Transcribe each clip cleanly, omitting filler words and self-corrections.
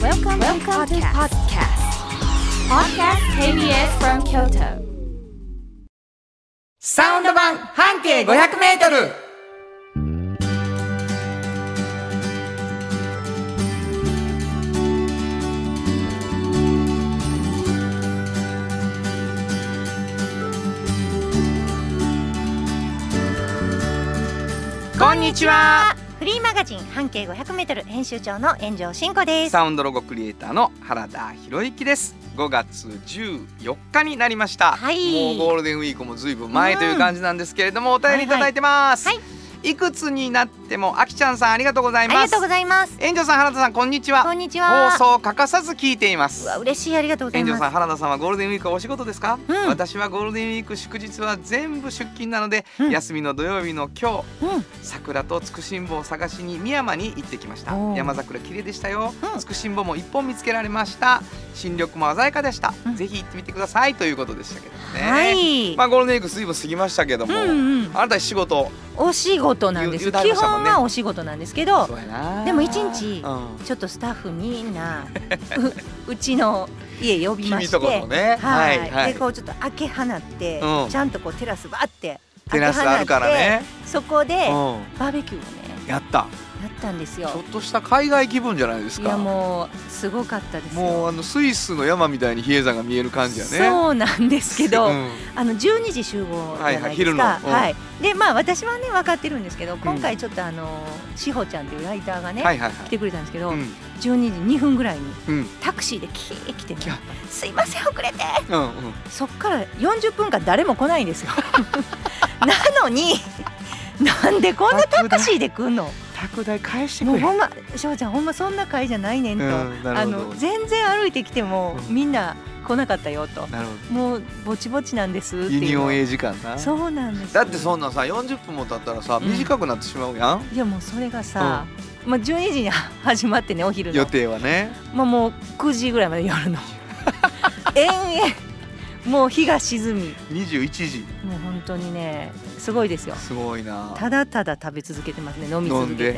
Welcome to podcast KBS from Kyoto. サウンド版半径500メートル。こんにちは。 フリーマガジン半径 500m 編集長の炎上真子です。 サウンドロゴクリエイターの原田博之です。5月14日になりました、 はい、 もうゴールデンウィークもずいぶん前という感じなんですけれども、お便りいただいてます、いくつになってもあきちゃんさんありがとうございます。 ありがとうございます。 炎上さん原田さんこんにちは。 こんにちは。 放送欠かさず聞いています。 うわ嬉しい、ありがとうございます。 炎上さん原田さんはゴールデンウィークはお仕事ですか？私はゴールデンウィーク祝日は全部出勤なので、休みの土曜日の今日、桜とつくしんぼを探しに深山に行ってきました。山桜綺麗でしたよ、つくしんぼも一本見つけられました。新緑も鮮やかでした、ぜひ行ってみてくださいということでしたけどね、まあゴールデンウィーク随分過ぎましたけども、あなた仕事お仕事なんです。基本はお仕事なんですけど、でも一日ちょっとスタッフみんなうちの家呼びまして、でこうちょっと開け放って、ちゃんとこうテラスバーってテラスあるからね、 そこでバーベキューをねやったんですよ。 ちょっとした海外気分じゃないですか。 いやもうすごかったですよ。 もうスイスの山みたいに比叡山が見える感じやね。 そうなんですけど、12時集合じゃないですか。でまあ私はね分かってるんですけど、今回ちょっとしほちゃんっていうライターがね来てくれたんですけど、12時2分ぐらいにタクシーでキー来てね、すいません遅れて、そっから40分間誰も来ないんですよなのになんでこんなタクシーで来んの？ 宅代返してくれ。 もうほんましょうちゃんほんまそんな会じゃないねんと、全然歩いてきてもみんな来なかったよと、もうぼちぼちなんですっていう。 ユニオン A 時間な。 そうなんです。 だってそんなさ40分も経ったらさ短くなってしまうやん。 いやもうそれがさ、まあ12時に始まってね、お昼の予定はね、 もう9時ぐらいまで夜の延々もう日が沈み 21時、 もう本当にねすごいですよ。 すごいな。 ただただ食べ続けてますね、飲み続けて。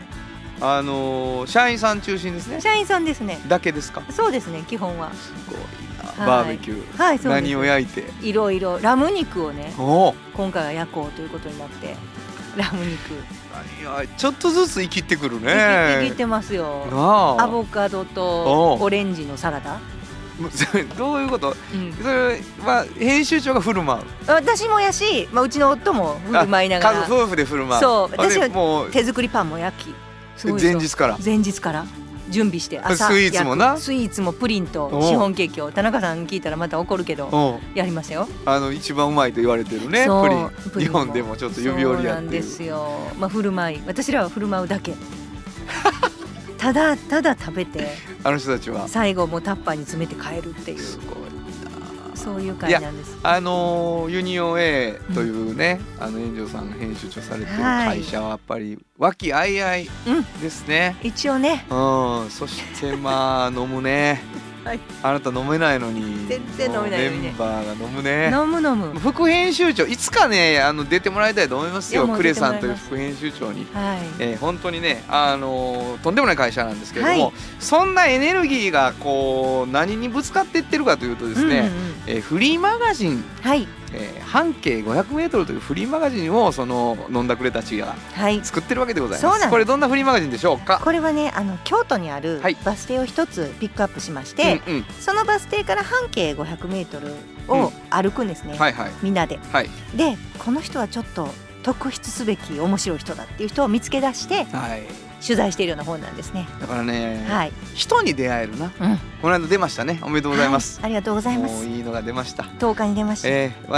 社員さん中心ですね。 社員さんですね。 だけですか？そうですね、基本は。 すごいな、バーベキュー、何を焼いて？いろいろラム肉をね今回は焼こうということになって、ラム肉ちょっとずつ生きてくるね。 生きてますよ。アボカドとオレンジのサラダ。 どういうこと？それは編集長が振る舞う？ 私もやし、うちの夫も振る舞いながら、 夫婦で振る舞う。 そう、私は手作りパンも焼き、 前日から準備して朝スイーツもな、 スイーツもプリンとシフォンケーキを、田中さん聞いたらまた怒るけどやりましたよ。 一番うまいと言われてるねプリン、日本でもちょっと指折りやってる。そうなんですよ。振る舞い、私らは振る舞うだけただただ食べて、あの人たちは最後もタッパーに詰めて帰るっていう、すごいな、そういう会なんです。 ユニオン A というね、炎上さんが編集長されてる会社はやっぱり和気あいあいですね、 一応ね。 そして飲むねあなた飲めないのに全然飲めないのにね、 メンバーが飲むね。 飲む副編集長いつかね出てもらいたいと思いますよ。クレさんという副編集長に、本当にねとんでもない会社なんですけれども、そんなエネルギーがこう何にぶつかっていってるかというとですね、フリーマガジン、半径 500m というフリーマガジンをその飲んだくれたちが作ってるわけでございます。これどんなフリーマガジンでしょうか？これはね京都にあるバス停を一つピックアップしまして、そのバス停から半径 500m を歩くんですね、みんなで。でこの人はちょっと特筆すべき面白い人だっていう人を見つけ出して、取材しているような本なんですね。 だからね、人に出会えるな、この間出ましたね。おめでとうございます、 ありがとうございます。 もういいのが出ました。 10日に出ました。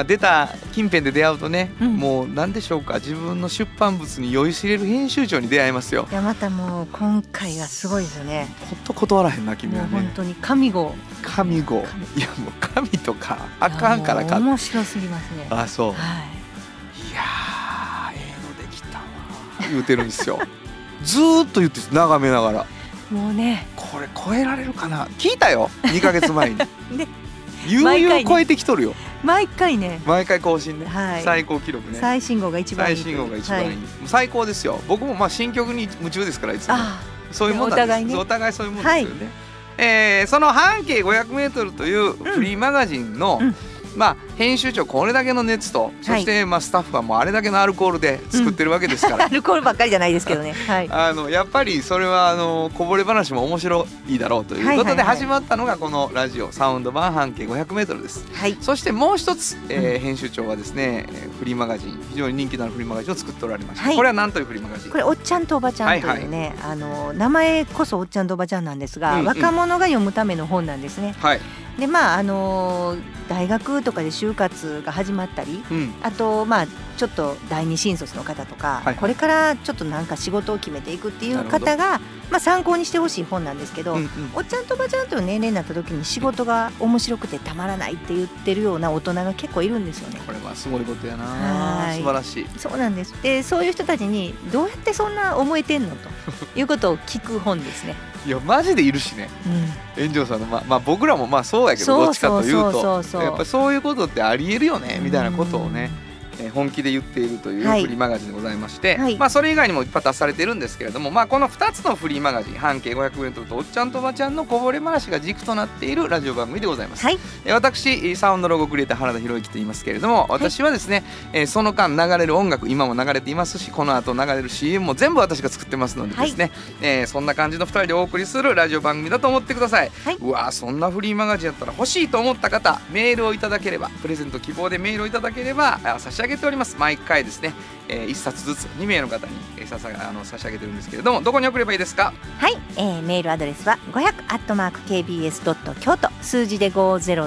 出た近辺で出会うとね、もう何でしょうか、自分の出版物に酔いしれる編集長に出会いますよ。 いやまたもう今回はすごいですよね。 ほんと断らへんな君はね。 本当に神号、 いやもう神とかあかんからか。 面白すぎますね。 あ、そう、いやのできたわ言うてるんですよずーっと言って眺めながら、 もうねこれ超えられるかな、聞いたよ2ヶ月前に悠々超えてきとるよ。 毎回ね、 毎回更新ね、最高記録ね。 最新号が一番いい。 最新号が一番いい、最高ですよ。僕も新曲に夢中ですから、いつもそういうもんなんです。お互いそういうもんですよね。 その半径 500m というフリーマガジンの、編集長これだけの熱と、そしてスタッフはもうあれだけのアルコールで作ってるわけですから、 アルコールばっかりじゃないですけどね、 やっぱりそれはこぼれ話も面白いだろうということで始まったのがこのラジオサウンド版半径 500m です、そしてもう一つ、編集長はですねフリーマガジン、非常に人気のあるフリーマガジンを作っておられました、これは何というフリーマガジン？ これおっちゃんとおばちゃんというね、名前こそおっちゃんとおばちゃんなんですが、若者が読むための本なんですね。で大学とかで就活が始まったり、あとちょっと第二新卒の方とか、これからちょっとなんか仕事を決めていくっていう方が参考にしてほしい本なんですけど、おっちゃんとおばちゃんという年齢になった時に仕事が面白くてたまらないって言ってるような大人が結構いるんですよね。 これはすごいことやな、素晴らしい。 そうなんです。でそういう人たちにどうやってそんな思えてんのということを聞く本ですね。 いやマジでいるしね、炎上さんの僕らもそうやけど、どっちかというとやっぱりそういうことってありえるよねみたいなことをね、本気で言っているというフリーマガジンでございまして、それ以外にもいっぱい出されてるんですけれども、この2つのフリーマガジン半径 500m とおっちゃんとおばちゃんのこぼれ話が軸となっているラジオ番組でございます、私サウンドロゴクリエイター原田博之と言いますけれども、私はですね、その間流れる音楽今も流れていますし、この後流れる CM も全部私が作ってますのでですね、そんな感じの2人でお送りするラジオ番組だと思ってください、うわそんなフリーマガジンやったら欲しいと思った方、メールをいただければ、プレゼント希望でメールをいただければ差し上げております。毎回ですね、1冊ずつ2名の方に差し上げてるんですけれども、どこに送ればいいですか？ メールアドレスは 500@kbs.京都、数字で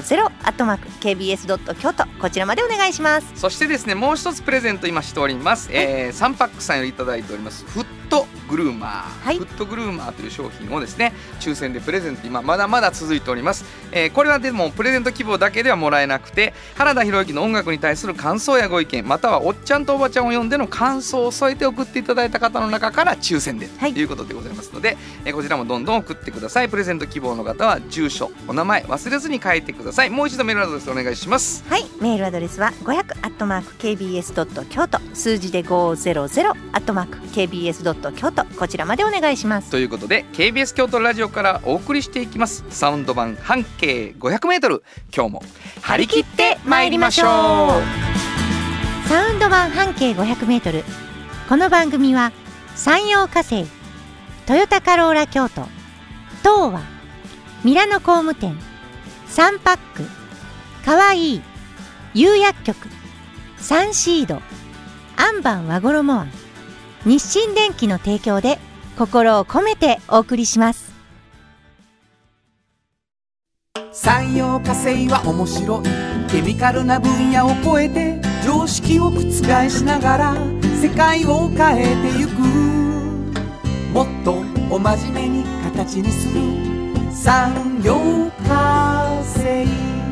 500@kbs.京都、こちらまでお願いします。 そしてですね、もう一つプレゼント今しております、3パックさんよりいただいておりますフットグルーマー、フットグルーマーという商品をですね抽選でプレゼント今まだまだ続いております、これはでもプレゼント希望だけではもらえなくて、原田博之の音楽に対する感想やご意見、またはおっちゃんとおばちゃんを呼んでの感想を添えて送っていただいた方の中から抽選でということでございますので、こちらもどんどん送ってください。プレゼント希望の方は住所お名前忘れずに書いてください。もう一度メールアドレスお願いします。 メールアドレスは 500@kbs.京都、数字で 500@kbs.京都、こちらまでお願いします。 ということで KBS 京都ラジオからお送りしていきますサウンド版半径 500m、 今日も張り切ってまいりましょう。 サウンド版半径 500m、 この番組は山陽火星、トヨタカローラ京都、東和、ミラノ工務店、サンパック、かわいい、釉薬局、サンシード、アンバン和衣庵、日清電機の提供で心を込めてお送りします。 産業化成は面白いケミカルな分野を超えて常識を覆しながら世界を変えてゆく、もっとお真面目に形にする産業化成。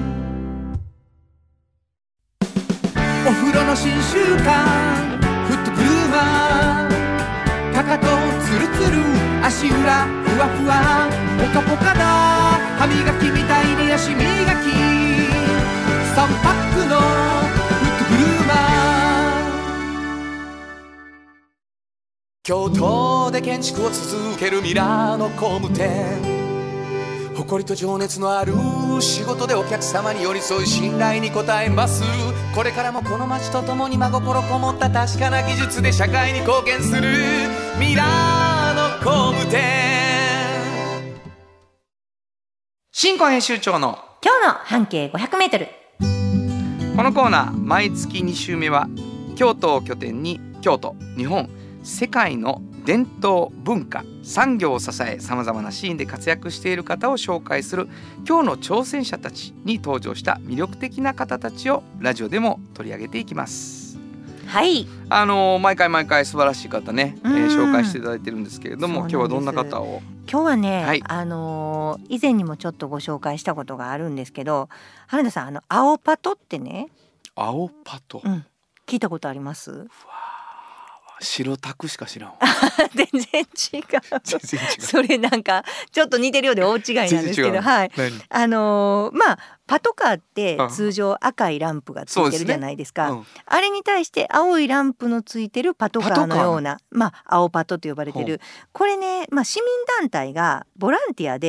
お風呂の新習慣フットグルーマー、かかとツルツル足裏ふわふわポカポカだ、歯磨きみたいに足磨き、3パックのフットグルーマー。京都で建築を続けるミラーの工務店、誇りと情熱のある仕事でお客様に寄り添い信頼に応えます。これからもこの街とともに真心こもった確かな技術で社会に貢献するミラーの工務店。 新婚編集長の今日の半径 500m。 このコーナー毎月2週目は京都を拠点に京都、日本、世界の伝統文化産業を支えさまざまなシーンで活躍している方を紹介する今日の挑戦者たちに登場した魅力的な方たちをラジオでも取り上げていきます。 毎回素晴らしい方ね、紹介していただいてるんですけれども、今日はどんな方を？ 今日はね、以前にもちょっとご紹介したことがあるんですけど、原田さん青パトってね。 青パト、 聞いたことあります？ 白タクしか知らん全然違うそれなんかちょっと似てるようで大違いなんですけど、パトカーって通常赤いランプがついてるじゃないですか、あれに対して青いランプのついてるパトカーのような青パトと呼ばれてる、これね、市民団体がボランティアで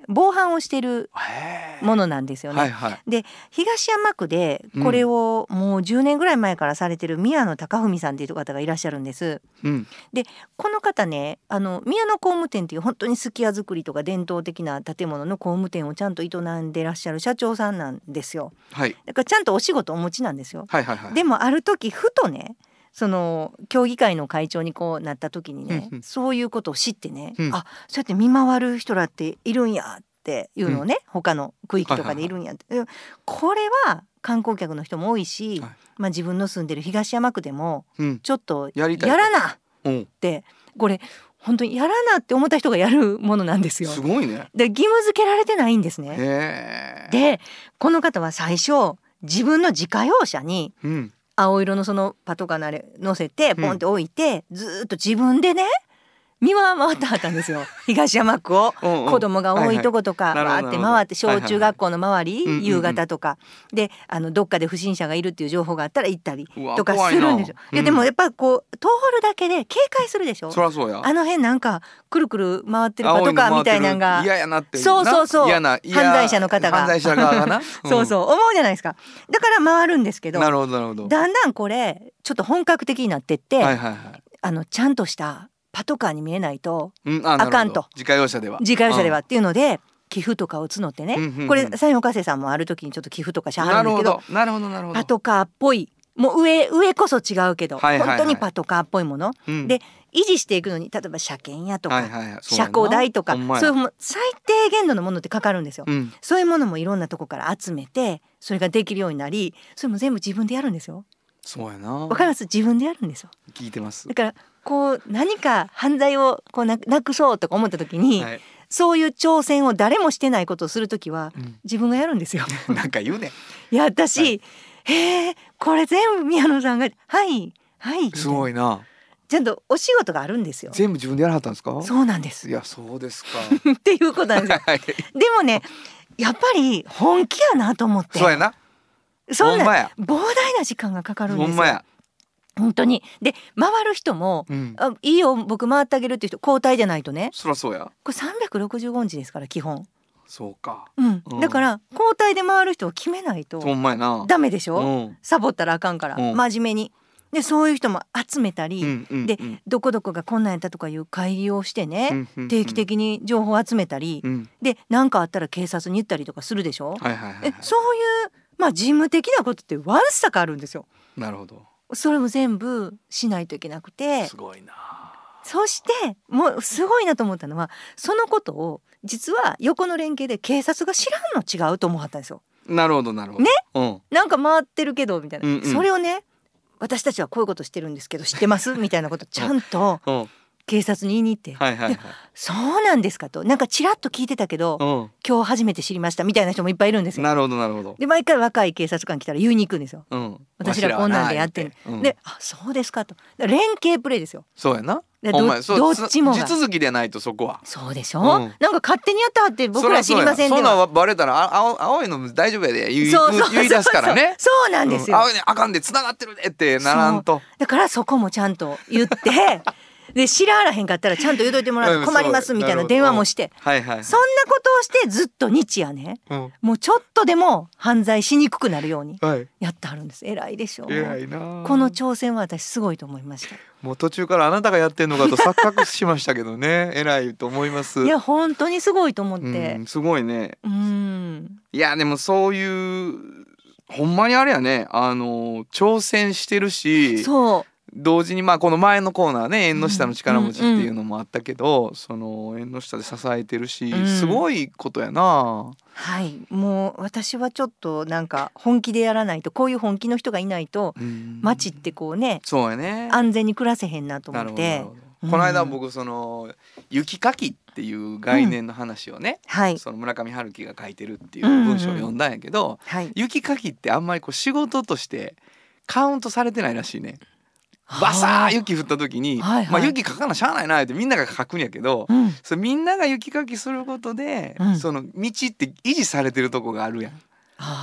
防犯をしてるものなんですよね。で東山区でこれをもう10年ぐらい前からされてる宮野貴文さんっていう方がいらっしゃるんです。でこの方ね宮野工務店っていう本当にすき家作りとか伝統的な建物の工務店をちゃんと営んでらっしゃる社長さんなんですよ。だからちゃんとお仕事お持ちなんですよ。でもある時ふとねその協議会の会長にこうなった時にね、そういうことを知ってね、あそうやって見回る人らっているんやっていうのをね、他の区域とかでいるんやって、これは観光客の人も多いし、自分の住んでる東山区でもちょっとやらなって、これ本当にやらなって思った人がやるものなんですよ。 すごいね。 で義務付けられてないんですね。でこの方は最初自分の自家用車に、青色のそのパトカー乗せてポンって置いて、ずっと自分でね見回ってはったんですよ東山区を。子供が多いとことかわーって回って、小中学校の周り、夕方とかでどっかで不審者がいるっていう情報があったら行ったりとかするんですよ。いやでもやっぱこう通るだけで警戒するでしょ。 そりゃそうや。 あの辺なんかくるくる回ってるパトカーみたいなのが嫌やなって。 そう犯罪者の方が犯罪者側がなそう思うじゃないですか。だから回るんですけど、 なるほどなるほど。 だんだんこれちょっと本格的になってって、ちゃんとしたパトカーに見えないとあかんと、 自家用車ではっていうので寄付とかを募ってね、これ西岡瀬さんもある時にちょっと寄付とかしはるんですけど、 なるほどパトカーっぽい、もう上こそ違うけど、本当にパトカーっぽいもの、で維持していくのに例えば車検やとか、車庫代とか、そういう最低限度のものってかかるんですよ。そういうものもいろんなとこから集めてそれができるようになり、それも全部自分でやるんですよ。 そうやな。 わかります？自分でやるんですよ。 聞いてます。 だからこう何か犯罪をこうなくそうとか思った時に、そういう挑戦を誰もしてないことをする時は、自分がやるんですよなんか言うね。 いや私、これ全部宮野さんがすごいな。 ちゃんとお仕事があるんですよ。 全部自分でやらはったんですか？そうなんです。いやそうですかっていうことなんですよでもねやっぱり本気やなと思って。 そうやな。 そんな膨大な時間がかかるんですよ。 ほんまや。 本当に。で回る人も、いいよ僕回ってあげるっていう人交代じゃないとね。 そりゃそうや。 これ365日ですから基本。 そうか。 だから交代で回る人を決めないとダメでしょ。サボったらあかんから、真面目に。でそういう人も集めたり、でどこどこがこんなんやったとかいう会議をしてね、定期的に情報を集めたり、で何かあったら警察に言ったりとかするでしょ。そういう事務的なことってわんさかあるんですよ。 なるほど。 それも全部しないといけなくて。 すごいな。 そしてもうすごいなと思ったのは、そのことを実は横の連携で警察が知らんの違うと思ったんですよ。 なるほどなるほど。 ね、なんか回ってるけどみたいな、それをね私たちはこういうことしてるんですけど知ってますみたいなことちゃんと警察に言いに行って、そうなんですかと、なんかちらっと聞いてたけど、今日初めて知りましたみたいな人もいっぱいいるんですよ。 なるほどなるほど。 で毎回若い警察官来たら言いに行くんですよ。私らこんなんでやってん、でそうですかと、連携プレーですよ。 そうやな。 どっちもが地続きでないとそこは。 そうでしょ、なんか勝手にやったって僕ら知りませんでは。 そんなバレたら青いの大丈夫やで言い出すからね。 そうなんですよ。 青いのあかんで繋がってるでってならんと。 だからそこもちゃんと言ってで知らへんかったらちゃんと言うといてもらって困りますみたいな電話もして、そんなことをしてずっと日夜ね、もうちょっとでも犯罪しにくくなるようにやってはるんです。偉いでしょ。 偉いな。 この挑戦は私すごいと思いました。 もう途中からあなたがやってんのかと錯覚しましたけどね偉いと思います。 いや本当にすごいと思って、 すごいね。いやでもそういうほんまにあれやね、挑戦してるし、そう同時にこの前のコーナーね縁の下の力持ちっていうのもあったけど、その縁の下で支えてるし、すごいことやな。 はい、もう私はちょっとなんか本気でやらないと、こういう本気の人がいないと街ってこうね、 そうやね、 安全に暮らせへんなと思って。 この間僕その雪かきっていう概念の話をね、その村上春樹が書いてるっていう文章を読んだんやけど、雪かきってあんまりこう仕事としてカウントされてないらしいね。バサー雪降った時に、雪かかなしゃあないなってみんなが書くんやけど、それみんなが雪かきすることで、その道って維持されてるとこがあるやん。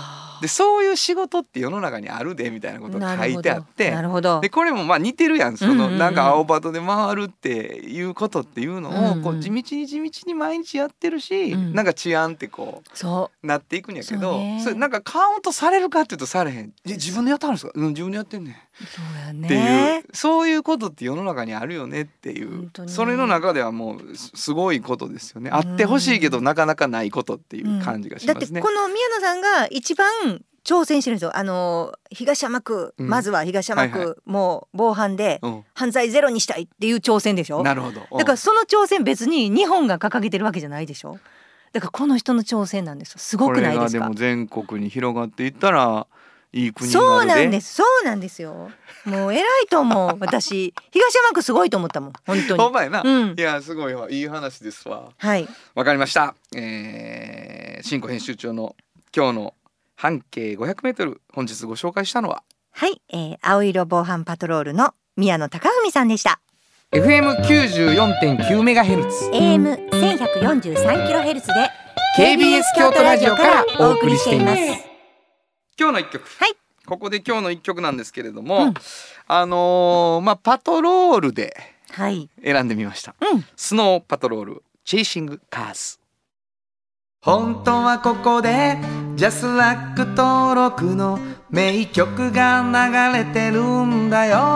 でそういう仕事って世の中にあるでみたいなことが書いてあって、 なるほど。 でこれもまあ似てるやん、そのなんか青パトで回るっていうことっていうのをこう地道に毎日やってるし、なんか治安ってこうなっていくんやけど、それなんかカウントされるかっていうとされへん。自分でやったんですか？自分でやってんねん。 そうやね。 っていうそういうことって世の中にあるよねっていう、それの中ではもうすごいことですよね。あってほしいけどなかなかないことっていう感じがしますね。 だってこの宮野さんが一番挑戦してるんですよ。東山区、まずは東山区、もう防犯で犯罪ゼロにしたいっていう挑戦でしょ。 なるほど。 だからその挑戦別に日本が掲げてるわけじゃないでしょ。だからこの人の挑戦なんですよ。すごくないですか？ これがでも全国に広がっていったらいい国になるで。 そうなんですよ。もう偉いと思う。私東山区すごいと思ったもん本当に。 ほんまやな。いやすごいわ、いい話ですわ。 はい。 わかりました。新庫編集長の今日の半径500メートル、本日ご紹介したのは、 はい、青色防犯パトロールの宮野貴文さんでした。 FM94.9 メガヘルツ、 AM1143 キロヘルツで KBS 京都ラジオからお送りしています。今日の一曲。 はい。 ここで今日の一曲なんですけれども、まあパトロールで選んでみました。スノーパトロール、チェイシングカーズ。本当はここでジャスラック登録の名曲が流れてるんだよ。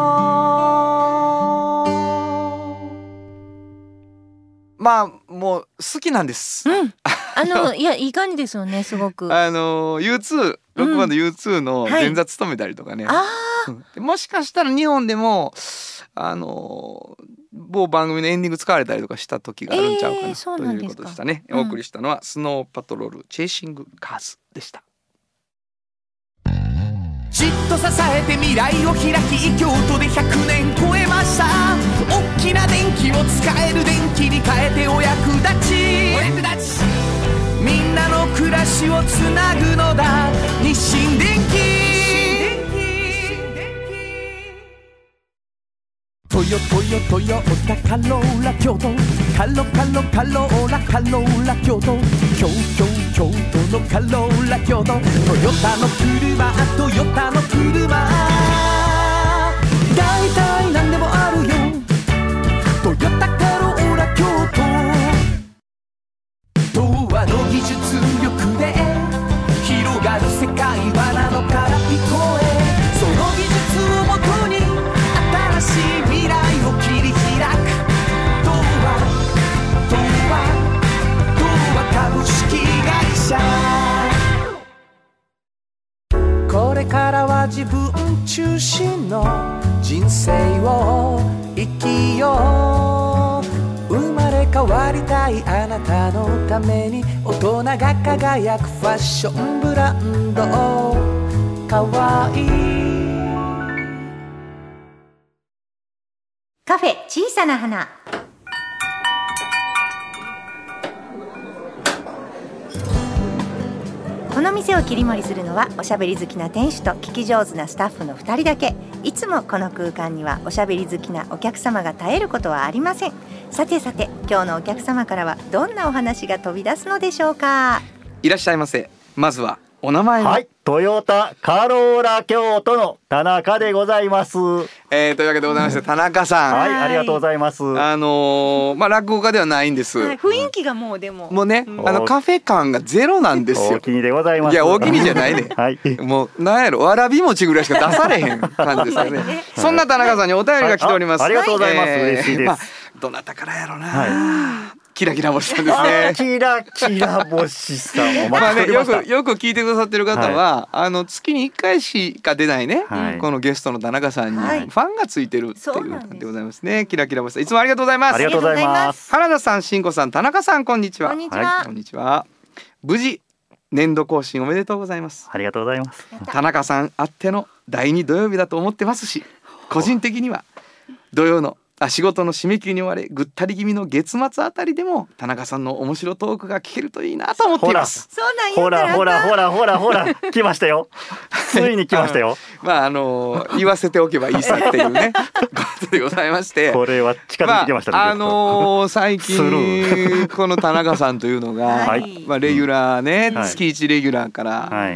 まあもう好きなんです。 いやいい感じですよね、すごく。 U2、ロックバンド U2 の前座務めたりとかね。もしかしたら日本でも某番組のエンディング使われたりとかした時があるんちゃうかな、ということでしたね。お送りしたのはスノーパトロール、チェイシングカーズでした。 じっと支えて未来を開き、京都で100年超えました。大きな電気を使える電気に変えてお役立ち、みんなの暮らしをつなぐのだ、日清電気。トヨタカローラ京都、カローラ京都、京都のカローラ京都、トヨタの車、だいたいなんでもあるよ、トヨタカローラ京都。童話の技術力で広がる世界はなのから聞こえ、その技術をもとに新しい未来を切り開く。東和株式会社。これからは自分中心の人生を生きよう。生まれ変わりたいあなたのために、大人が輝くファッションブランド、かわいい。 カフェ小さな花。この店を切り盛りするのはおしゃべり好きな店主と聞き上手なスタッフの2人だけ。いつもこの空間にはおしゃべり好きなお客様が絶えることはありません。さて今日のお客様からはどんなお話が飛び出すのでしょうか。 いらっしゃいませ。まずはお名前を。 はい、トヨタカローラ京都の田中でございます。というわけでございまして、田中さん、 はい、ありがとうございます。 落語家ではないんです。 雰囲気がもうでもね、カフェ感がゼロなんですよ。 お気にでございます。 いや、お気にじゃないね。はい、もうなんやろ、わらび餅ぐらいしか出されへん感じですよね。そんな田中さんにお便りが来ております。 ありがとうございます。嬉しいです。 どなたからやろうな。キラキラ星さんですね。 キラキラ星さん、 よく聞いてくださってる方は、月に1回しか出ないね、このゲストの田中さんにファンがついてるっていう感じでございますね。キラキラ星さん、いつもありがとうございます。 ありがとうございます。 原田さん、新子さん、田中さん、こんにちは。 こんにちは。 無事年度更新おめでとうございます。 ありがとうございます。 田中さんあっての第2土曜日だと思ってますし、個人的には土曜の仕事の締め切りに追われぐったり気味の月末あたりでも田中さんの面白トークが聞けるといいなと思っています。 ほら来ましたよ。ついに来ましたよ。 言わせておけばいいさっていうねことでございまして、 これは近づいてきましたね。 最近この田中さんというのがレギュラーね、月1レギュラーから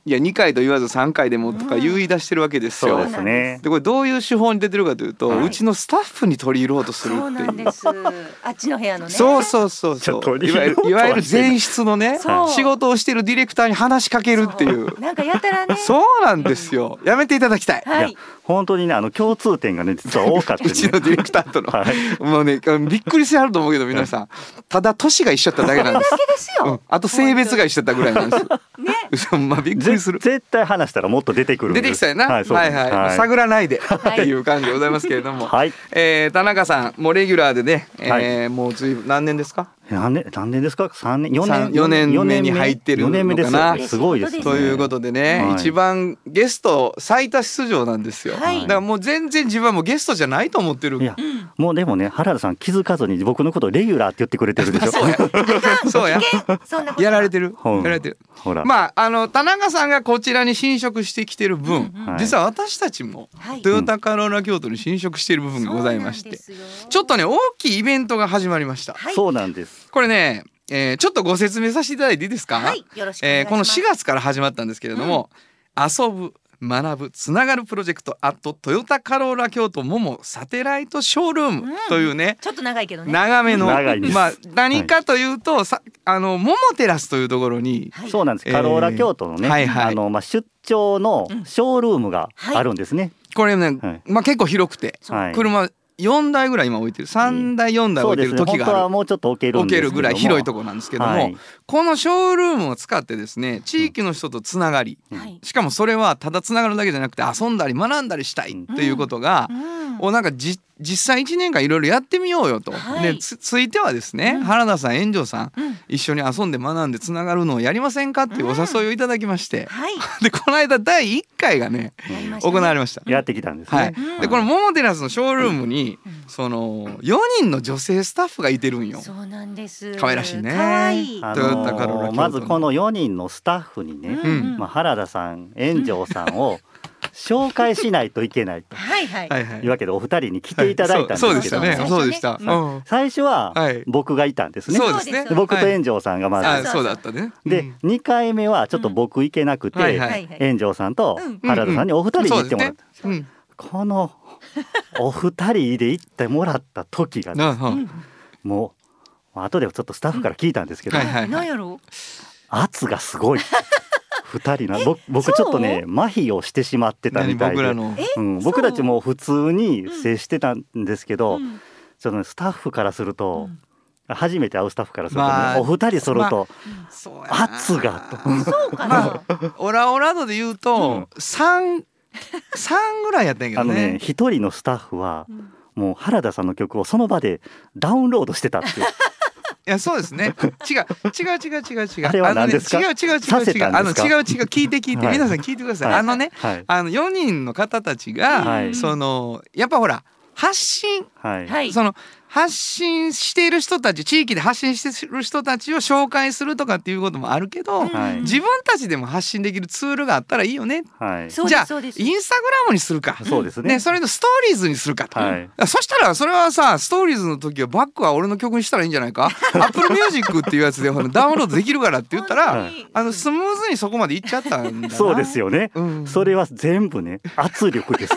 いや2回と言わず3回でもとか言い出してるわけですよ。 そうですね。 でこれどういう手法に出てるかというと、うちのスタッフに取り入ろうとするっていう。 そうなんです。あっちの部屋のね。 そういわゆる前室のね仕事をしてるディレクターに話しかけるっていう。 なんかやたらね。 そうなんですよ。やめていただきたい。 はい。 本当にね共通点がね実は多かったね。 うちのディレクターとの、もうねびっくりしてはると思うけど皆さん、ただ年が一緒だっただけなんです。 だけですよ。 あと性別が一緒だったぐらいなんです。ね。まあびっくりする。 絶対話したらもっと出てくるんです。 出てきたよな。はい探らないでっていう感じでございますけれども。はい。田中さんもうレギュラーでね、もう何年ですか？ 何年ですか？3年 4年目に入ってるのかな。 すごいですね。 ということでね、一番ゲスト最多出場なんですよ。だからもう全然自分はもうゲストじゃないと思ってる。 いやもうでもね原田さん気づかずに僕のことをレギュラーって言ってくれてるでしょ。 そうややられてる。ほらまあ田中さんがこちらに侵食してきてる分、実は私たちもトヨタカローラ京都に侵食している部分がございまして、ちょっとね大きいイベントが始まりました。 そうなんです。 これね、ちょっとご説明させていただいていいですか？ はい、よろしくお願いします。 この4月から始まったんですけれども、遊ぶ学ぶつながるプロジェクトトヨタカローラ京都モモサテライトショールームというね、 ちょっと長いけどね長めのまあ何かというとモモテラスというところに、 そうなんです。カローラ京都のね、出張のショールームがあるんですね。 これね、結構広くて車4台ぐらい今置いてる、3台4台置いてる時がある。 本当はもうちょっと置けるんですけども、 置けるぐらい広いところなんですけども、このショールームを使ってですね地域の人とつながり、しかもそれはただつながるだけじゃなくて遊んだり学んだりしたいっていうことが、なんか実際1年間いろいろやってみようよと、でついてはですね、原田さん、炎上さん、一緒に遊んで学んでつながるのをやりませんかっていうお誘いをいただきまして、でこの間第1回がね行われました。 やってきたんですね。 でこのモモテラスのショールームにその4人の女性スタッフがいてるんよ。 そうなんです。 可愛らしいね。 まずこの4人のスタッフにね、原田さん、炎上さんを紹介しないといけないというわけでお二人に来ていただいたんですけど、 そうでした。 最初は僕がいたんですね。僕と炎上さんがまず、 そうだったね。 で2回目はちょっと僕行けなくて、炎上さんと原田さんにお二人に行ってもらった。このお二人で行ってもらった時がもう後でちょっとスタッフから聞いたんですけど、圧がすごい。2人な僕ちょっとね麻痺をしてしまってたみたいで、僕たちも普通に接してたんですけど、ちょっとスタッフからすると、初めて会うスタッフからするとね、お二人揃うと圧がと、 オラオラ度で言うと3ぐらいやったんやけどね。 一人のスタッフはもう原田さんの曲をその場でダウンロードしてたっていう。 いやそうですね。違う。 あれは何ですか？ 違う聞いて皆さん聞いてください。4人の方たちがそのやっぱほら発信、その発信している人たち、地域で発信している人たちを紹介するとかっていうこともあるけど、自分たちでも発信できるツールがあったらいいよね。じゃあインスタグラムにするか、 そうですね。 それのストーリーズにするかと、そしたらそれはさ、ストーリーズの時はバックは俺の曲にしたらいいんじゃないか。Apple Music っていうやつでダウンロードできるからって言ったら、スムーズにそこまでいっちゃったんだな。 そうですよね。それは全部ね圧力です。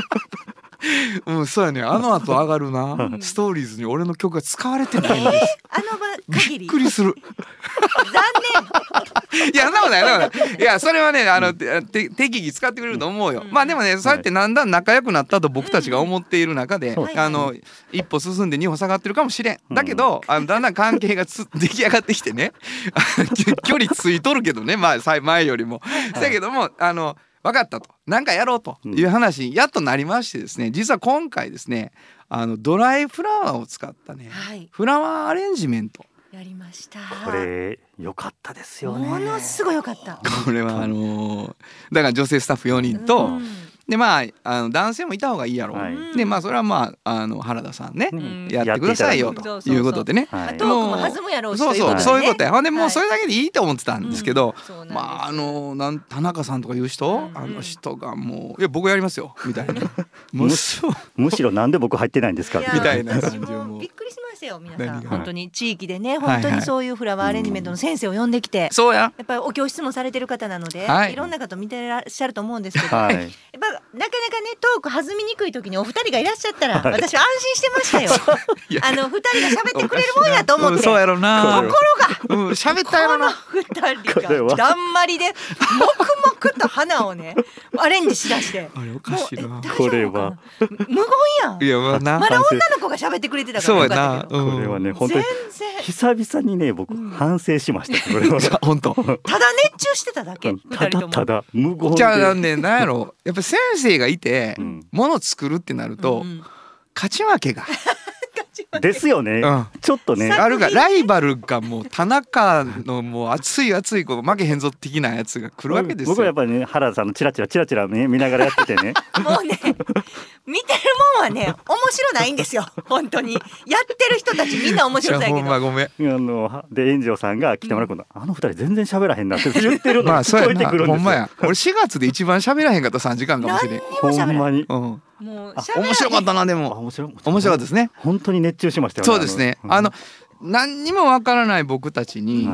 そうやね。あの後上がるなストーリーズに俺の曲が使われてないんです。 あの場限りびっくりする。 残念。 いやそんなことない。いやそれはね適宜使ってくれると思うよ。まあでもね、そうやってだんだん仲良くなったと僕たちが思っている中で、一歩進んで二歩下がってるかもしれん。だけどだんだん関係が出来上がってきてね距離ついとるけどね、前よりも。だけども分かったと、なんかやろうという話やっとなりましてですね、実は今回ですねドライフラワーを使ったね、フラワーアレンジメントやりました。 これ良かったですよね。 ものすごい良かった。 これはだから女性スタッフ4人と、で男性もいた方がいいやろう、でそれは原田さんね、やってくださいよということでね、 トークも弾むやろうし、そういうことや。ほんでもうそれだけでいいと思ってたんですけど、田中さんとかいう人、あの人がもういや僕やりますよみたいな、 むしろなんで僕入ってないんですかみたいな感じをびっくりしまますよ皆さん。本当に地域でね、本当にそういうフラワーアレンジメントの先生を呼んできて、 そうや。 やっぱりお教室もされてる方なので、いろんな方見てらっしゃると思うんですけど、やっぱなかなかねトーク弾みにくい時にお二人がいらっしゃったら、私は安心してましたよ。二人が喋ってくれるもんやと思って。 そうやろな。 ところが喋ったやろな。 二人がだんまりで黙々と花をねアレンジしだして。 あれおかしいな。 これは無言やん。 いやまだ女の子が喋ってくれてたからよかったけど。 これはね本当に久々にね僕反省しました。これは本当。 ただ熱中してただけ。 ただ無言で。 じゃあなんでなんやろ。やっぱ先生がいてもの作るってなると勝ち負けが。 ですよね、ちょっとねあるがライバルがもう田中のもう熱いこう負けへんぞ的なやつが来るわけですよ。 僕はやっぱりね原田さんのチラチラね見ながらやっててねもうね見てるもんはね面白ないんですよ本当に。やってる人たちみんな面白いけど。 ほんまごめん。 で炎上さんが北村君のあの二人全然喋らへんなって言ってるのが聞こえてくるんですよ。 ほんまや。俺4月で一番喋らへんかった3時間かもしれん。 ほんまに。 もう面白かったな。でも面白かったですね。 本当に熱中しましたよね。 そうですね。何にもわからない僕たちに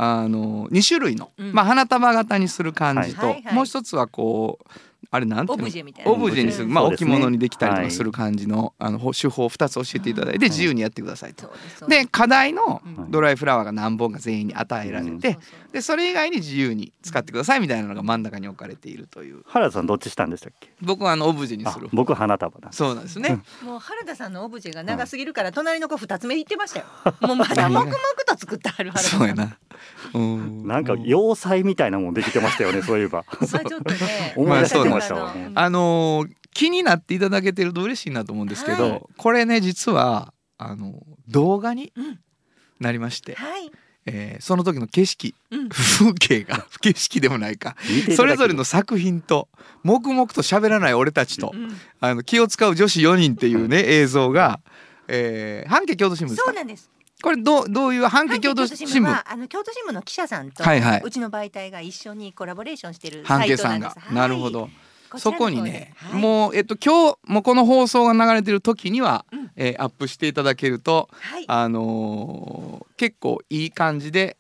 2種類の花束型にする感じと、もう一つはこうあれなんていうの、 オブジェみたいな、 オブジェにする、置物にできたりとかする感じの手法を2つ教えていただいて自由にやってくださいと。で課題のドライフラワーが何本か全員に与えられて、でそれ以外に自由に使ってくださいみたいなのが真ん中に置かれているという。 原田さんどっちしたんでしたっけ？ 僕はオブジェにする。 僕花束だ。 そうなんですね。 もう原田さんのオブジェが長すぎるから隣の子2つ目言ってましたよ。もうまだ黙々と作ってある原田さん。 そうやな。 なんか要塞みたいなもんできてましたよねそういえば。 ちょっとね思い出してましたわね。 気になっていただけてると嬉しいなと思うんですけど、これね実は動画になりまして、その時の景色、風景が景色でもないか、それぞれの作品と黙々と喋らない俺たちと、気を使う女子4人っていうね映像が、半径京都新聞ですか？ そうなんです。 これどういう半径京都新聞は京都新聞の記者さんとうちの媒体が一緒にコラボレーションしてるサイトなんです。 半径さんが、なるほど。そこにね、もう今日もうこの放送が流れてる時には、アップしていただけると、結構いい感じで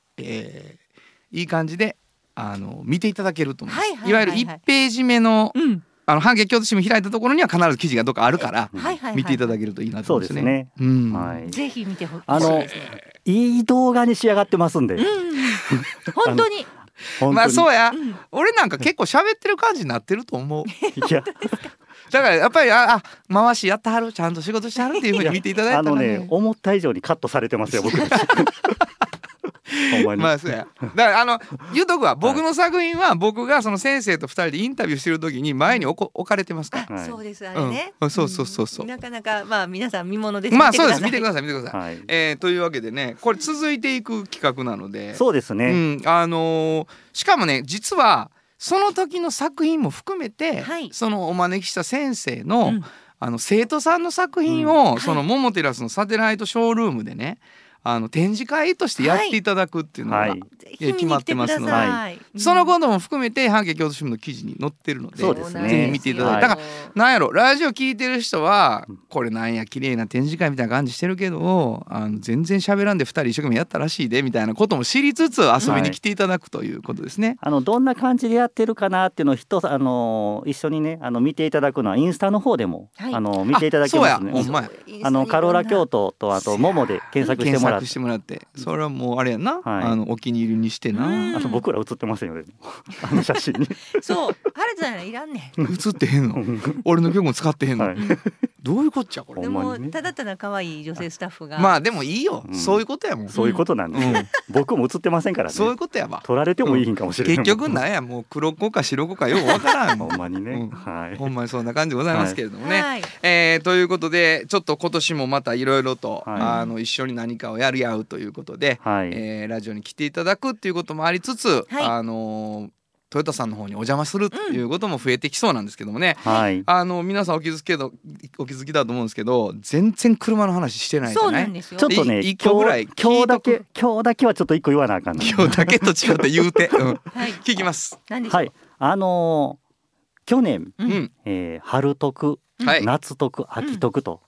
見ていただけると思います。いわゆる1ページ目の半径京都新聞開いたところには必ず記事がどっかあるから見ていただけるといいなと思いますね。 ぜひ見てほしい。 いい動画に仕上がってますんで。 本当に。 まあそうや、俺なんか結構喋ってる感じになってると思う。いやだからやっぱり回しやってはる、ちゃんと仕事してはるっていう風に見ていただいたらね、 思った以上にカットされてますよ僕たち。 まあそうや。だから言うとくは僕の作品は僕がその先生と2人でインタビューしてる時に前に置かれてますから。 そうですあれね。 そう。 なかなかまあ皆さん見ものです。 まあそうです、見てください。というわけでね、これ続いていく企画なので。 そうですね。 しかもね実はその時の作品も含めて、そのお招きした先生の生徒さんの作品をそのモモテラスのサテライトショールームでね展示会としてやっていただくっていうのが決まってますので、そのことも含めて半径京都新聞の記事に載ってるので、ぜひ見ていただいて、だからなんやろ、ラジオ聞いてる人はこれなんや綺麗な展示会みたいな感じしてるけど全然喋らんで2人一生懸命やったらしいでみたいなことも知りつつ遊びに来ていただくということですね。 どんな感じでやってるかなっていうのを一緒にね見ていただくのはインスタの方でも見ていただけますね。カローラ京都とあとモモで検索してもらって、 それはもうあれやな、お気に入りにしてな。 僕ら写ってませんよね写真に。 そう原田さんいらんねん。 写ってへんの。俺の曲も使ってへんの。どういうこっちゃこれ。 でもただただ可愛い女性スタッフが。 まあでもいいよ、そういうことやもん。 そういうことなんで僕も写ってませんからね。 そういうことやわ。 撮られてもいいんかもしれない。 結局なんや、もう黒子か白子かようわからんもん。 ほんまにね。 ほんまにそんな感じでございますけれどもね。ということでちょっと今年もまたいろいろと一緒に何かをやり合うということで、ラジオに来ていただくっていうこともありつつ、トヨタさんの方にお邪魔するということも増えてきそうなんですけどもね、皆さんお気づきだと思うんですけど、全然車の話してないじゃない。 ちょっとね今日だけはちょっと一個言わなあかんな。 今日だけと違って言うて、聞きます。 はい、去年、春徳、夏徳、秋徳と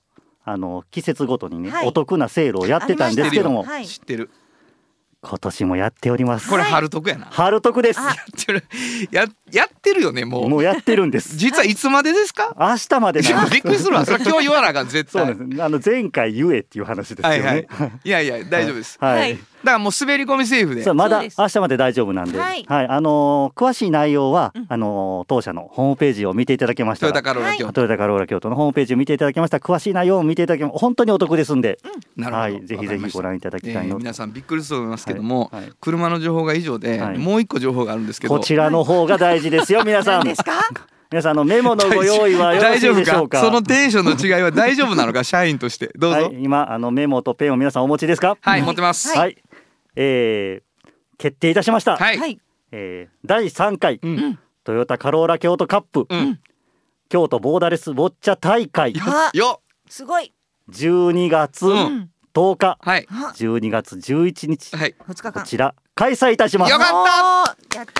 季節ごとにね、お得なセールをやってたんですけども、 知ってる。 今年もやっております。 これ春得やな。 春得です。 やってるよね、もうやってるんです。 実はいつまでですか？ 明日までなんです。 びっくりするわ。それ今日言わなあかん絶対。 そうです。前回言えっていう話ですよね。 いや大丈夫です。はい。だからもう滑り込みセーフで。 そう、まだ明日まで大丈夫なんで。はい。詳しい内容は当社のホームページを見ていただけましたら、 トヨタカローラ京都のホームページを見ていただけましたら、詳しい内容を見ていただけ本当にお得ですんで、はい、ぜひぜひご覧いただきたいの。 皆さんびっくりすると思いますけども、車の情報が以上でもう一個情報があるんですけど、 こちらの方が大事ですよ、皆さん。皆さんメモのご用意はよろしいでしょうか？ そのテンションの違いは大丈夫なのか、社員として。どうぞ。 今メモとペンを皆さんお持ちですか？ はい、持ってます。 はい。決定いたしました。 はい。 第3回トヨタカローラ京都カップ京都ボーダレスボッチャ大会、 すごい。 12月10日、12月11日、2日間、こちら開催いたします。 よかった。やった。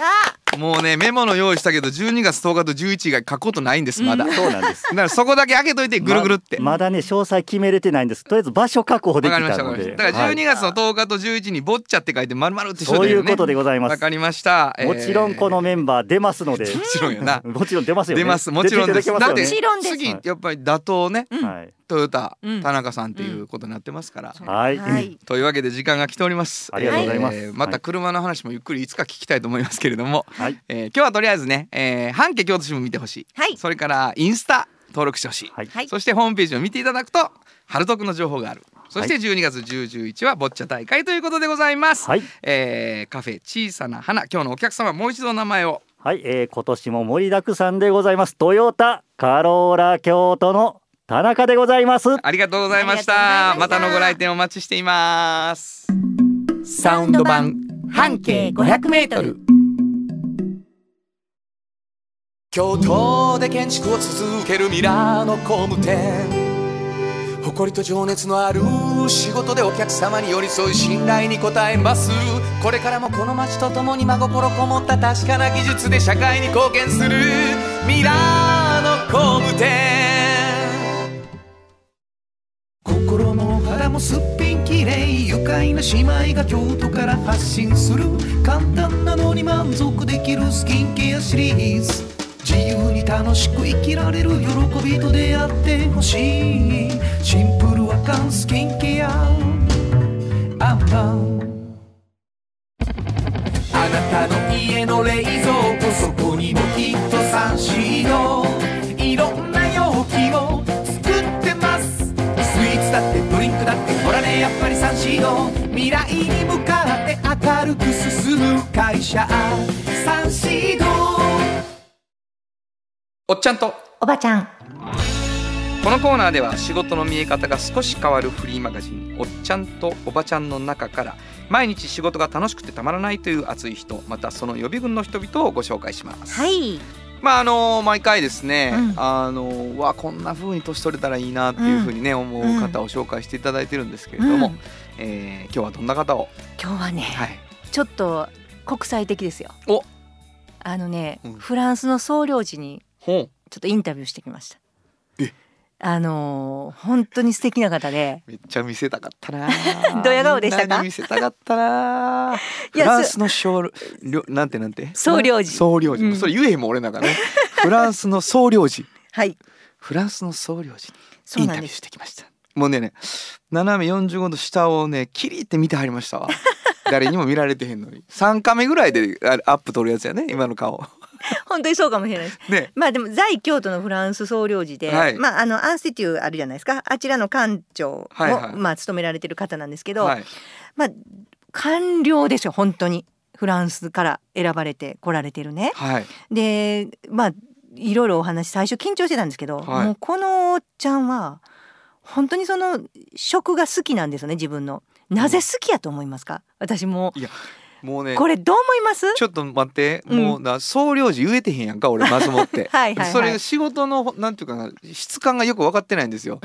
もうね、メモの用意したけど12月10日と11が書くことないんです、まだ。 そうなんです。 だからそこだけ開けといてぐるぐるって。 まだね、詳細決めれてないんです。とりあえず場所確保できたので。 だから12月の10日と11にボッチャって書いて丸々ってそういうことでございます。 わかりました。 もちろんこのメンバー出ますので。 もちろんやな。 もちろん出ますよね。 出ます。もちろんです。だって次やっぱり打倒ね、トヨタ田中さんっていうことになってますから。 はい。 というわけで時間が来ております。 ありがとうございます。 また車の話もゆっくりいつか聞きたいと思いますけれども、今日はとりあえずね、半径京都新聞見てほしい。それからインスタ登録してほしい。そしてホームページを見ていただくと春得の情報がある。そして12月10、11はボッチャ大会ということでございます。カフェ小さな花、今日のお客様もう一度名前を。 はい、今年も盛りだくさんでございます。トヨタカローラ京都の田中でございます。 ありがとうございました。またのご来店お待ちしています。 サウンド版半径500メートル。京都で建築を続けるミラノ工務店、誇りと情熱のある仕事でお客様に寄り添い信頼に応えます。これからもこの街とともに真心こもった確かな技術で社会に貢献するミラノ工務店。心も肌もすっぴんきれい、愉快な姉妹が京都から発信する簡単なのに満足できるスキンケアシリーズ。自由に楽しく生きられる喜びと出会ってほしい。シンプルアカンスキンケアアンパン。あなたの家の冷蔵庫、そこにもきっとサンシード。いろんな容器を作ってます。スイーツだってドリンクだって、ほらねやっぱりサンシード。未来に向かって明るく進む会社サンシード。 おっちゃんとおばちゃん。 このコーナーでは仕事の見え方が少し変わるフリーマガジンおっちゃんとおばちゃんの中から毎日仕事が楽しくてたまらないという熱い人、またその予備軍の人々をご紹介します。 はい。 毎回ですね、こんな風に年取れたらいいなっていう風にね、思う方を紹介していただいてるんですけれども、今日はどんな方を？ 今日はね、ちょっと国際的ですよ。フランスの総領事にちょっとインタビューしてきました。本当に素敵な方で、 めっちゃ見せたかったな。 ドヤ顔でしたか？ 見せたかったな。フランスのなんて総領事、 それ言えへんもん俺なんかね。フランスの総領事、フランスの総領事にインタビューしてきました。もうね斜め45度下をねキリって見てはりましたわ。誰にも見られてへんのに3カメぐらいでアップ撮るやつやね、今の顔。 本当にそうかもしれないです、ね。でも在京都のフランス総領事で、アンスティテューあるじゃないですか、あちらの館長を、務められてる方なんですけど、官僚ですよ本当に。フランスから選ばれて来られてるね。でいろいろお話、最初緊張してたんですけど、もうこのおっちゃんは本当にその食が好きなんですよね、自分の。なぜ好きやと思いますか？私もうね、 これどう思います？ ちょっと待って、もう総領事言えてへんやんか俺まずもって。それ仕事のなんていうかな、質感がよく分かってないんですよ。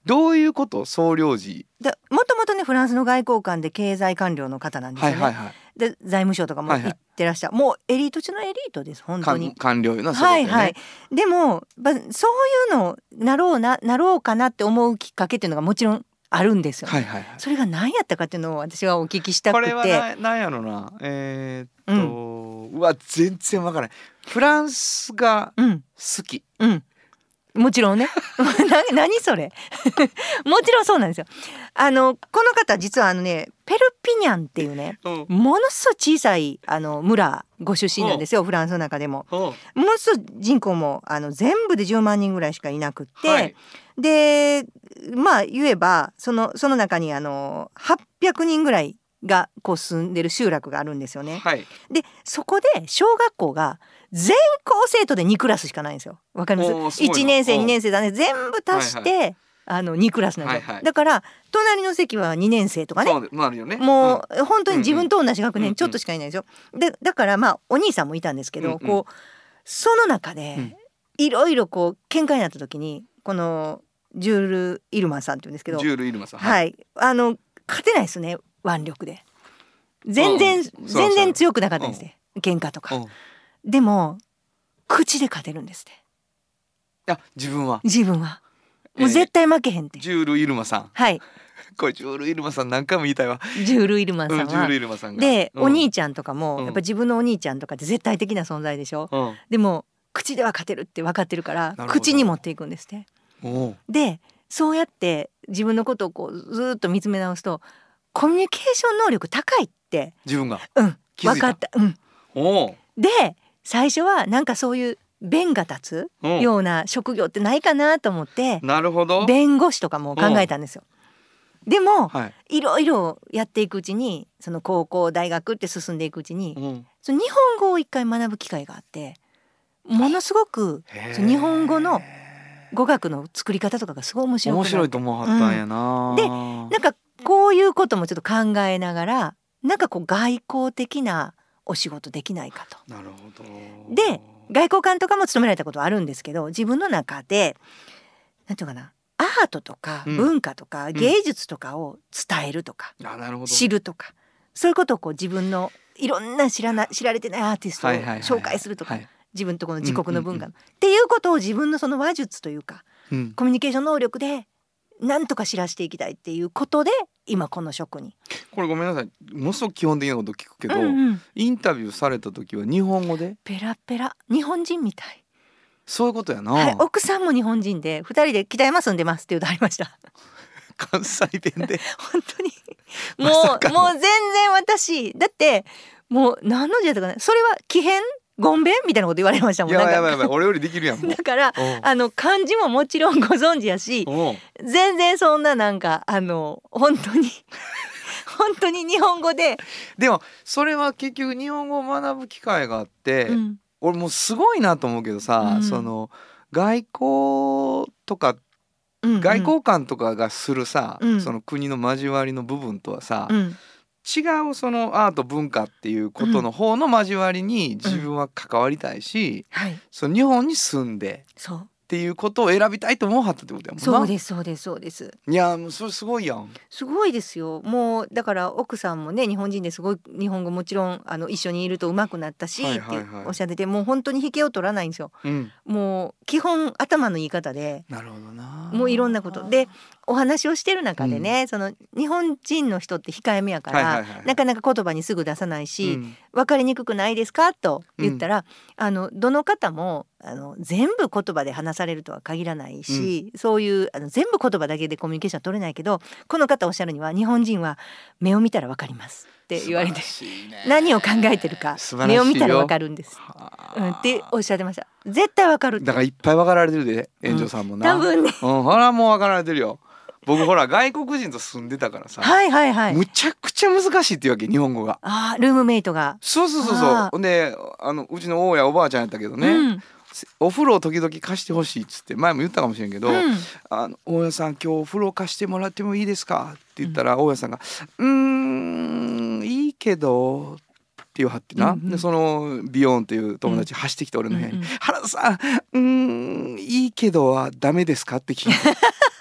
どういうこと総領事もともとねフランスの外交官で経済官僚の方なんですよね、で財務省とかも行ってらっしゃる、もうエリート中のエリートです本当に官僚よな、はいはい、 でもそういうのなろうかなって思うきっかけっていうのがもちろんあるんですよ、それが何やったかっていうのを私はお聞きしたくて。 これは何やろな、うわ全然わからない。フランスが好き、 もちろんね何それもちろんそうなんですよ。この方実はペルピニャンっていうね、ものすごい小さい村ご出身なんですよ、フランスの中でも。ものすごい人口も全部で10万人ぐらいしかいなくって、でまあ言えばその中に800人ぐらいがこう住んでる集落があるんですよね、でそこで小学校が全校生徒で2クラスしかないんですよ。わかります？ 1 年生2年生だね全部足して2クラスなんですよ、だから隣の席は2年生とかね、もう本当に自分と同じ学年ちょっとしかいないですよ。でだからまあお兄さんもいたんですけど、こうその中でいろいろこう喧嘩になった時にこのジュール・イルマンさんって言うんですけど、 ジュール・イルマンさん、 勝てないですね腕力で。全然強くなかったんですね、喧嘩とか。でも口で勝てるんですって。 自分はもう絶対負けへんって、 ジュール・イルマさん。これジュール・イルマさん何回も言いたいわ。 ジュール・イルマさんは、でお兄ちゃんとかもやっぱ自分のお兄ちゃんとかって絶対的な存在でしょ、でも口では勝てるって分かってるから口に持っていくんですって。でそうやって自分のことをこうずっと見つめ直すとコミュニケーション能力高いって自分が分かった。で最初はなんかそういう弁が立つような職業ってないかなと思って、弁護士とかも考えたんですよ。でも、いろいろやっていくうちにその高校大学って進んでいくうちに、その日本語を一回学ぶ機会があって、ものすごくその日本語の語学の作り方とかがすごい面白くなって、 面白いと思わはったんやな、 でなんかこういうこともちょっと考えながらなんかこう外交的なお仕事できないかと。 なるほど。 で外交官とかも務められたことはあるんですけど、自分の中でなんていうかな、アートとか文化とか芸術とかを伝えるとか、知るとか、そういうことをこう自分のいろんな知られてないアーティストを紹介するとか、自分とこの自国の文化っていうことを自分のその話術というか、コミュニケーション能力でなんとか知らせていきたいっていうことで今この職に。 これごめんなさい、ものすごく基本的なこと聞くけど、インタビューされた時は日本語でペラペラ、日本人みたい。 そういうことやな、 奥さんも日本人で2人で北山住んでますって言うとありました関西弁で本当にもう全然私だってもう何の字だったかな、それは奇変ごんべんみたいなこと言われましたもん。 やばい俺よりできるやん。 だから漢字ももちろんご存知やし、全然そんななんか本当に日本語で。 でもそれは結局日本語を学ぶ機会があって、俺もうすごいなと思うけどさ、その外交とか、外交官とかがするさ、その国の交わりの部分とはさ、違うそのアート文化っていうことの方の交わりに自分は関わりたいし、その日本に住んでっていうことを選びたいと思うはったってことやもんな。 そうです。 いやもうそれすごいやん。 すごいですよ。もうだから奥さんもね日本人ですごい日本語もちろん一緒にいると上手くなったしっておっしゃってて、もう本当に引けを取らないんですよ、もう基本頭の言い方で。 なるほどな。 もういろんなことでお話をしてる中でね、その日本人の人って控えめやから、なかなか言葉にすぐ出さないし、分かりにくくないですかと言ったら、どの方も全部言葉で話されるとは限らないし、そういう全部言葉だけでコミュニケーション取れないけど、この方おっしゃるには日本人は目を見たら分かりますって言われて、何を考えてるか目を見たら分かるんです、っておっしゃってました。絶対分かるって。 だからいっぱい分かられてるで園長さんもな、 多分ね、 ほらもう分かられてるよ。僕ほら外国人と住んでたからさ、むちゃくちゃ難しいっていうわけ日本語が。 ルームメイトが。 そうほんでうちの大家おばあちゃんやったけどね、お風呂を時々貸してほしいっつって前も言ったかもしれんけど、大家さん今日お風呂貸してもらってもいいですかって言ったら、大家さんがいいけどって言わはってな、でそのビヨーンっていう友達走ってきて俺の部屋に、原田さんいいけどはダメですかって聞いて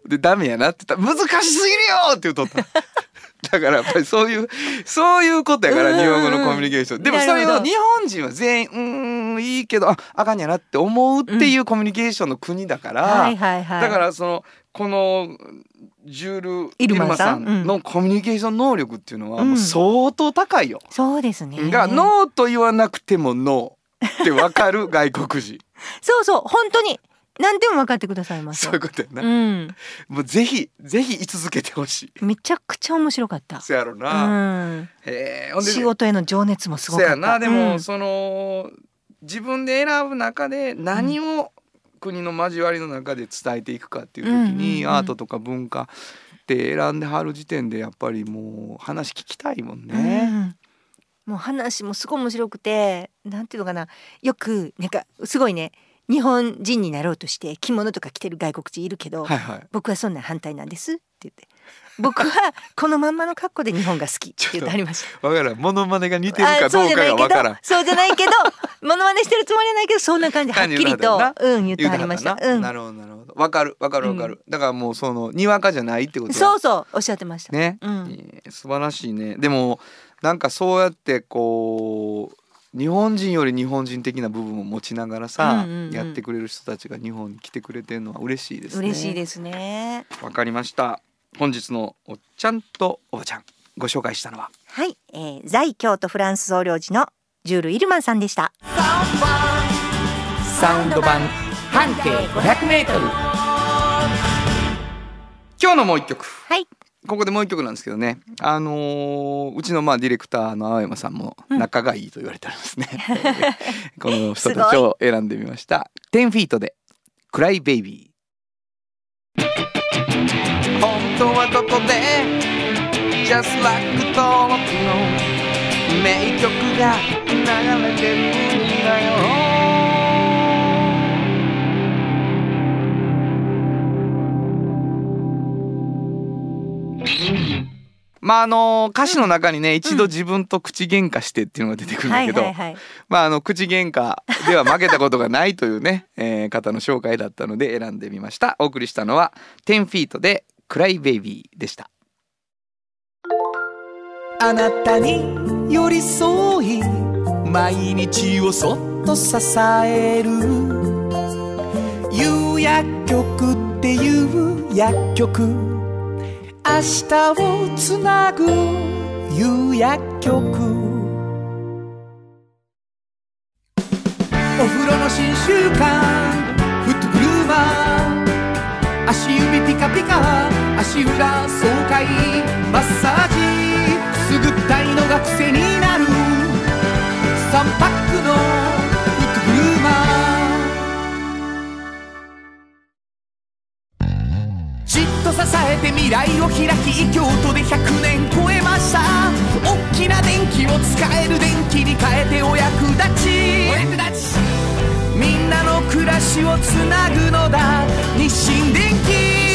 でダメやなって言ったら難しすぎるよって言うとっただからやっぱりそういうことやから日本語のコミュニケーションでもそれを日本人は全員いいけどあかんやなって思うっていうコミュニケーションの国だから、だからこのジュール・イルマさんのコミュニケーション能力っていうのはもう相当高いよ、 そうですね。 がノーと言わなくてもノーって分かる外国人そうそう、本当に何でも分かってくださいます。 そういうことやな、もうぜひ居続けてほしい。 めちゃくちゃ面白かった。 そうやろな、 仕事への情熱もすごかった。 そうやな。でも、自分で選ぶ中で何を国の交わりの中で伝えていくかっていう時に、アートとか文化って選んではる時点でやっぱりもう話聞きたいもんね、 もう話もすごい面白くて、なんていうのかな、よくなんかすごいね、日本人になろうとして着物とか着てる外国人いるけど、僕はそんな反対なんですって言って、僕はこのまんまの格好で日本が好きって言ってありました。 わからん、モノマネが似てるかどうかがわからん。 そうじゃないけどモノマネしてるつもりはないけど、そんな感じではっきりと言ってありました。 なるほどなるほど、わかる。だからもうにわかじゃないってことそうそうおっしゃってましたね、素晴らしいね。でもなんかそうやってこう日本人より日本人的な部分を持ちながらさ、やってくれる人たちが日本に来てくれてるのは嬉しいですね。 嬉しいですね。 わかりました。本日のおっちゃんとおばちゃんご紹介したのは、 はい、在京都フランス総領事のジュール・イルマンさんでした。 サウンド版半径500メートル。 今日のもう一曲、 はい、 ここでもう一曲なんですけどね、うちのディレクターの青山さんも仲がいいと言われてありますね、この人たちを選んでみました。10フィートでクライベイビー。本当はどこで Just like 登録の名曲が流れてるんだよ。歌詞の中にね、一度自分と口喧嘩してっていうのが出てくるんだけど、口喧嘩では負けたことがないというね、方の紹介だったので選んでみました。お送りしたのは10フィートでクライベイビーでした。 あなたに寄り添い毎日をそっと支える釉薬局っていう薬局、明日をつなぐ釉薬局。お風呂の新習慣フットグルーマー、足指ピカピカ足裏爽快マッサージ、くすぐったいのが癖になる3パックのフットグルーマー。じっと支えて未来を開き、京都で100年超えました。大きな電気を使える電気に変えてお役立ち、みんなの暮らしをつなぐのだ日清電気。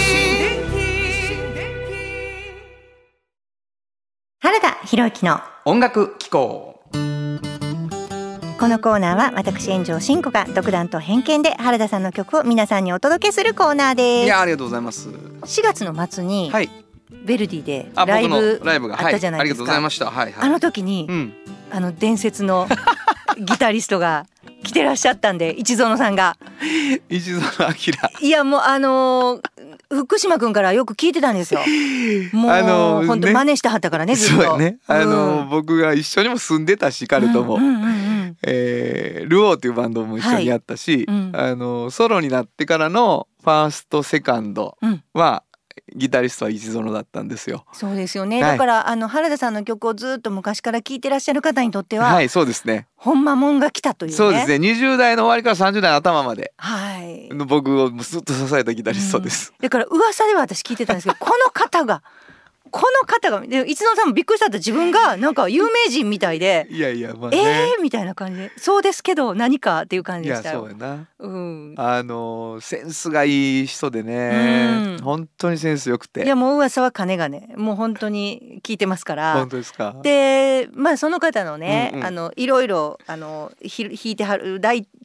原田博之の音楽機構。 このコーナーは私炎上真子が独断と偏見で原田さんの曲を皆さんにお届けするコーナーです。 いや、ありがとうございます。 4月の末に、 はい、 ベルディでライブがあったじゃないですか、 ありがとうございました、 あの時に、伝説のギタリストが来てらっしゃったんで、一園さんが一園明。 いやもう福島くんからよく聞いてたんですよ。もう本当真似してはったからね、ずっと。 そうね、僕が一緒にも住んでたし、彼とも、ルオーっていうバンドも一緒にやったし、ソロになってからのファーストセカンドは、ギタリストは一園だったんですよ。 そうですよね、だから原田さんの曲をずっと昔から聴いてらっしゃる方にとっては、 そうですね、 ほんまもんが来たというね。 そうですね、20代の終わりから30代の頭まで、僕をずっと支えたギタリストです、 だから噂では私聞いてたんですけどこの方が一野さんもびっくりしたって、自分がなんか有名人みたいでいやいや、まあね、 みたいな感じで、そうですけど何かっていう感じでしたよ。 いや、そうやな、センスがいい人でね、本当にセンス良くて、 いやもう噂は金がね、もう本当に聞いてますから。 本当ですか。 でその方のね、いろいろ弾いてはる大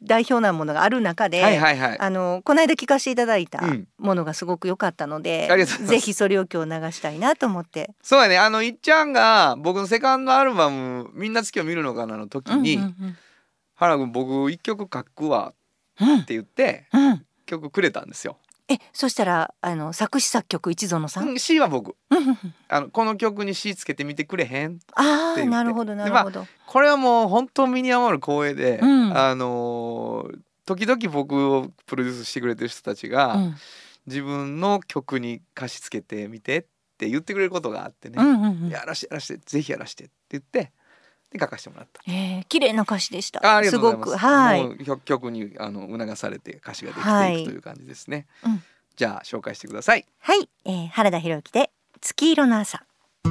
代表なものがある中で、この間聞かせていただいたものがすごく良かったので、ぜひそれを今日流したいなと思って。 そうやね、いっちゃんが僕のセカンドアルバムみんな月を見るのかなの時に、原君僕一曲書くわって言って、曲くれたんですよ。 そしたら作詞作曲一園さん、 詞は僕この曲に詞つけてみてくれへんって言って。 なるほどなるほど。 これはもう本当身に余る光栄で、時々僕をプロデュースしてくれてる人たちが、自分の曲に歌詞つけてみてって言ってくれることがあってね、やらしてぜひやらしてって言ってで書かせてもらった。 綺麗な歌詞でした。 ありがとうございます。すごく、もう曲に促されて歌詞ができていくという感じですね。じゃあ紹介してください。 はい、原田裕之で月色の朝。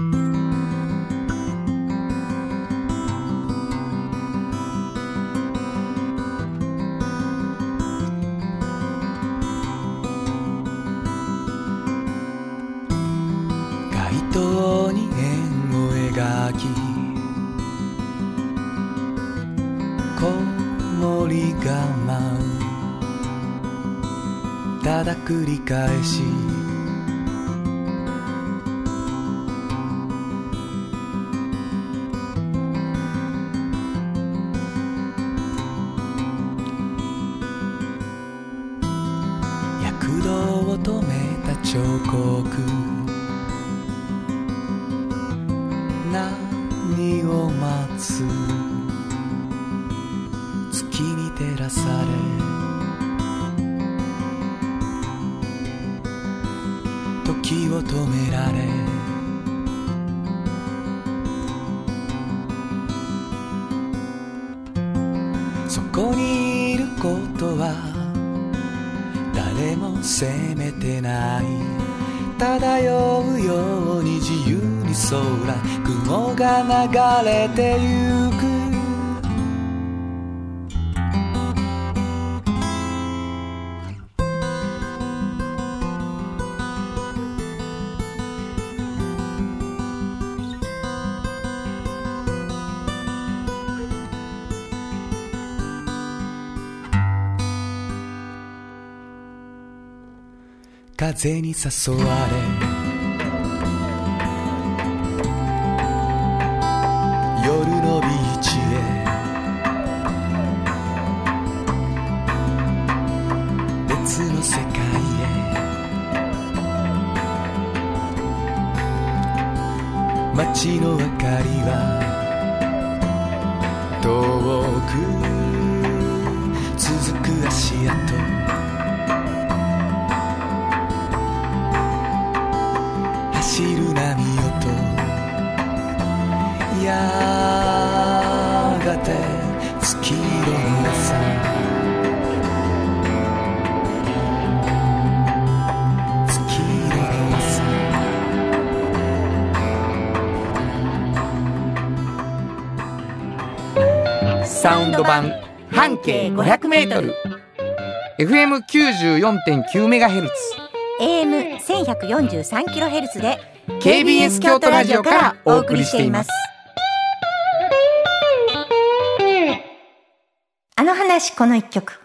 街灯に円を描き木漏りが舞う、ただ繰り返し躍動を止めた彫刻、何を待つ、月に照らされ時を止められ、そこにいることは誰も責めてない、漂うように自由に空、雲が流れてゆく。風に誘われ夜のビーチへ、別の世界へ、街の明かりは遠く続く足跡、走る波音、やがて月色の朝、月色の朝。サウンド版半径 500m FM94.9MHz AM1143kHz で KBS 京都ラジオからお送りしています。 あの話この一曲。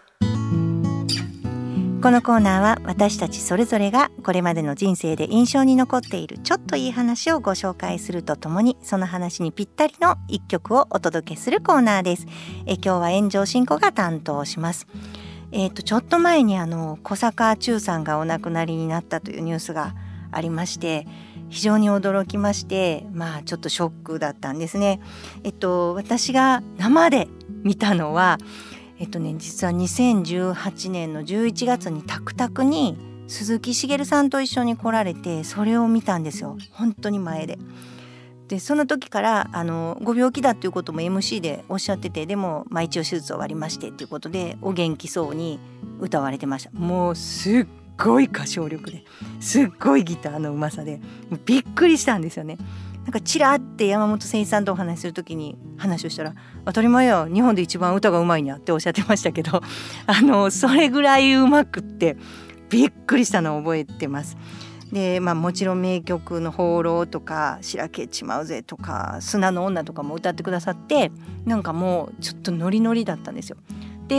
このコーナーは私たちそれぞれがこれまでの人生で印象に残っているちょっといい話をご紹介するとともに、その話にぴったりの一曲をお届けするコーナーです。今日は炎上進行が担当します。ちょっと前に小坂忠さんがお亡くなりになったというニュースがありまして、非常に驚きまして、ちょっとショックだったんですね。私が生で見たのは実は2018年の11月にタクタクに鈴木茂さんと一緒に来られて、それを見たんですよ。本当に前で。でその時からご病気だっていうことも MC でおっしゃってて、でも一応手術終わりましてっていうことでお元気そうに歌われてました。もうすっごい歌唱力ですっごいギターのうまさでびっくりしたんですよね。なんかチラって山本誠一さんとお話しする時に話をしたら、当たり前や日本で一番歌がうまいんやっておっしゃってましたけどそれぐらいうまくってびっくりしたのを覚えてます。でもちろん名曲の放浪とかしらけちまうぜとか砂の女とかも歌ってくださって、なんかもうちょっとノリノリだったんですよ。で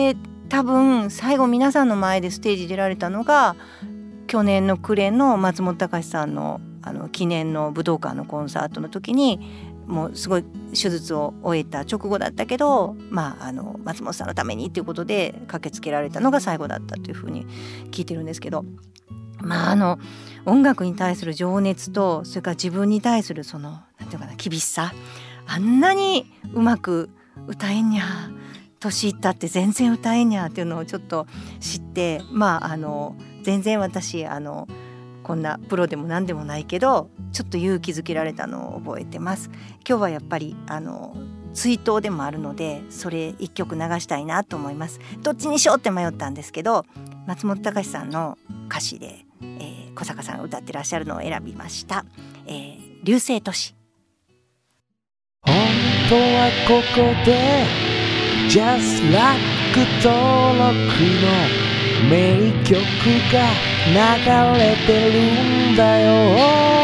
多分最後皆さんの前でステージ出られたのが去年の暮れの松本隆さんの記念の武道館のコンサートの時にもうすごい手術を終えた直後だったけど、松本さんのためにっていうことで駆けつけられたのが最後だったというふうに聞いてるんですけど、音楽に対する情熱とそれから自分に対するそのなんていうかな厳しさ、あんなにうまく歌えんにゃ年いったって全然歌えんにゃっていうのをちょっと知って、全然私こんなプロでも何でもないけどちょっと勇気づけられたのを覚えてます。今日はやっぱり追悼でもあるのでそれ一曲流したいなと思います。どっちにしようって迷ったんですけど、松本隆さんの歌詞で、小坂さんが歌ってらっしゃるのを選びました。流星都市。 本当はここで Just Like 登録の名曲が流れてるんだよ。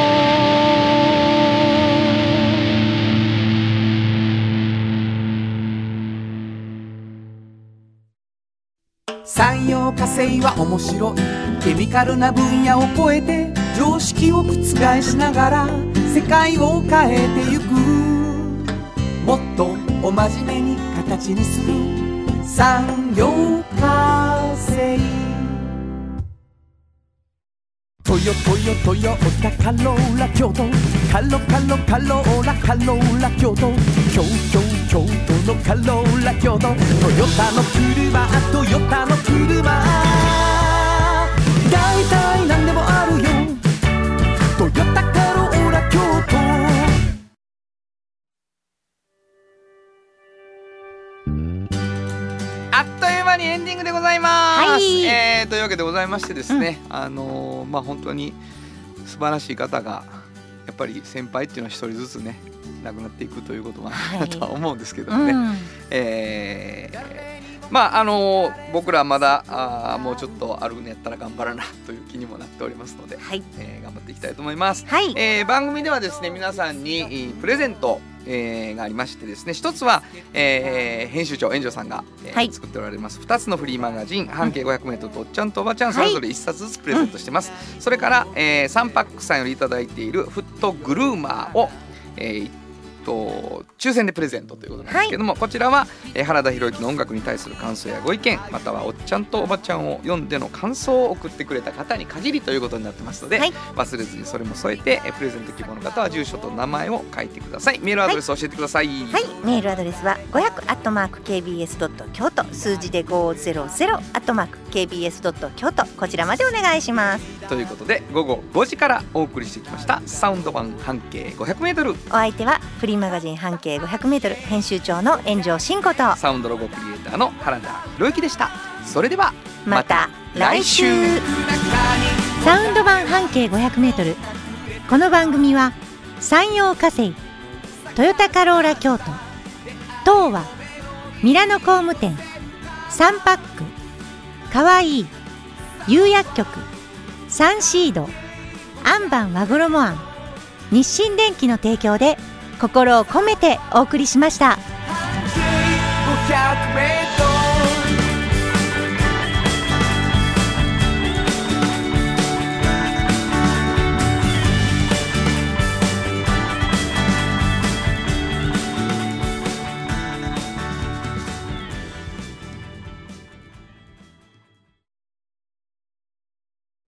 産業化成は面白いケミカルな分野を超えて常識を覆しながら世界を変えてゆく、もっとお真面目に形にする産業化成。トヨタカローラ京都、カローラ京都、京都のカローラ京都、トヨタの車だいたいなんでもあるよ、トヨタカローラ京都。 あっという間にエンディングでございます、というわけでございましてですね、本当に素晴らしい方がやっぱり先輩っていうのは一人ずつね亡くなっていくということもあるとは思うんですけどもね、僕らまだもうちょっとあるんやったら頑張らなという気にもなっておりますので、頑張っていきたいと思います、番組ではですね皆さんにプレゼントがありましてですね、一つは、編集長円城さんが、作っておられます2つのフリーマガジン半径 500m とおっちゃんとおばちゃんそれぞれ1冊ずつプレゼントしてます、それから、サンパックさんよりいただいているフットグルーマーを、抽選でプレゼントということなんですけども、こちらは、原田博之の音楽に対する感想やご意見、またはおっちゃんとおばちゃんを読んでの感想を送ってくれた方に限りということになってますので、忘れずにそれも添えてプレゼント希望の方は住所と名前を書いてください。メールアドレス教えてください。 メールアドレスは 500@kbs. 京都、数字で 500@kbs. 京都、こちらまでお願いします。 ということで午後5時からお送りしてきましたサウンド版半径 500m、 お相手はフリーマガジン半径 500m 編集長の円城真子とサウンドロゴクリエイターの原田博之でした。それではまた来週。サウンド版半径 500m、 この番組は山陽火星、トヨタカローラ京都、東和、ミラノ工務店、サンパック、かわいい、釉薬局、サンシード、アンバン和衣あん、日清電機の提供で心を込めてお送りしました。 500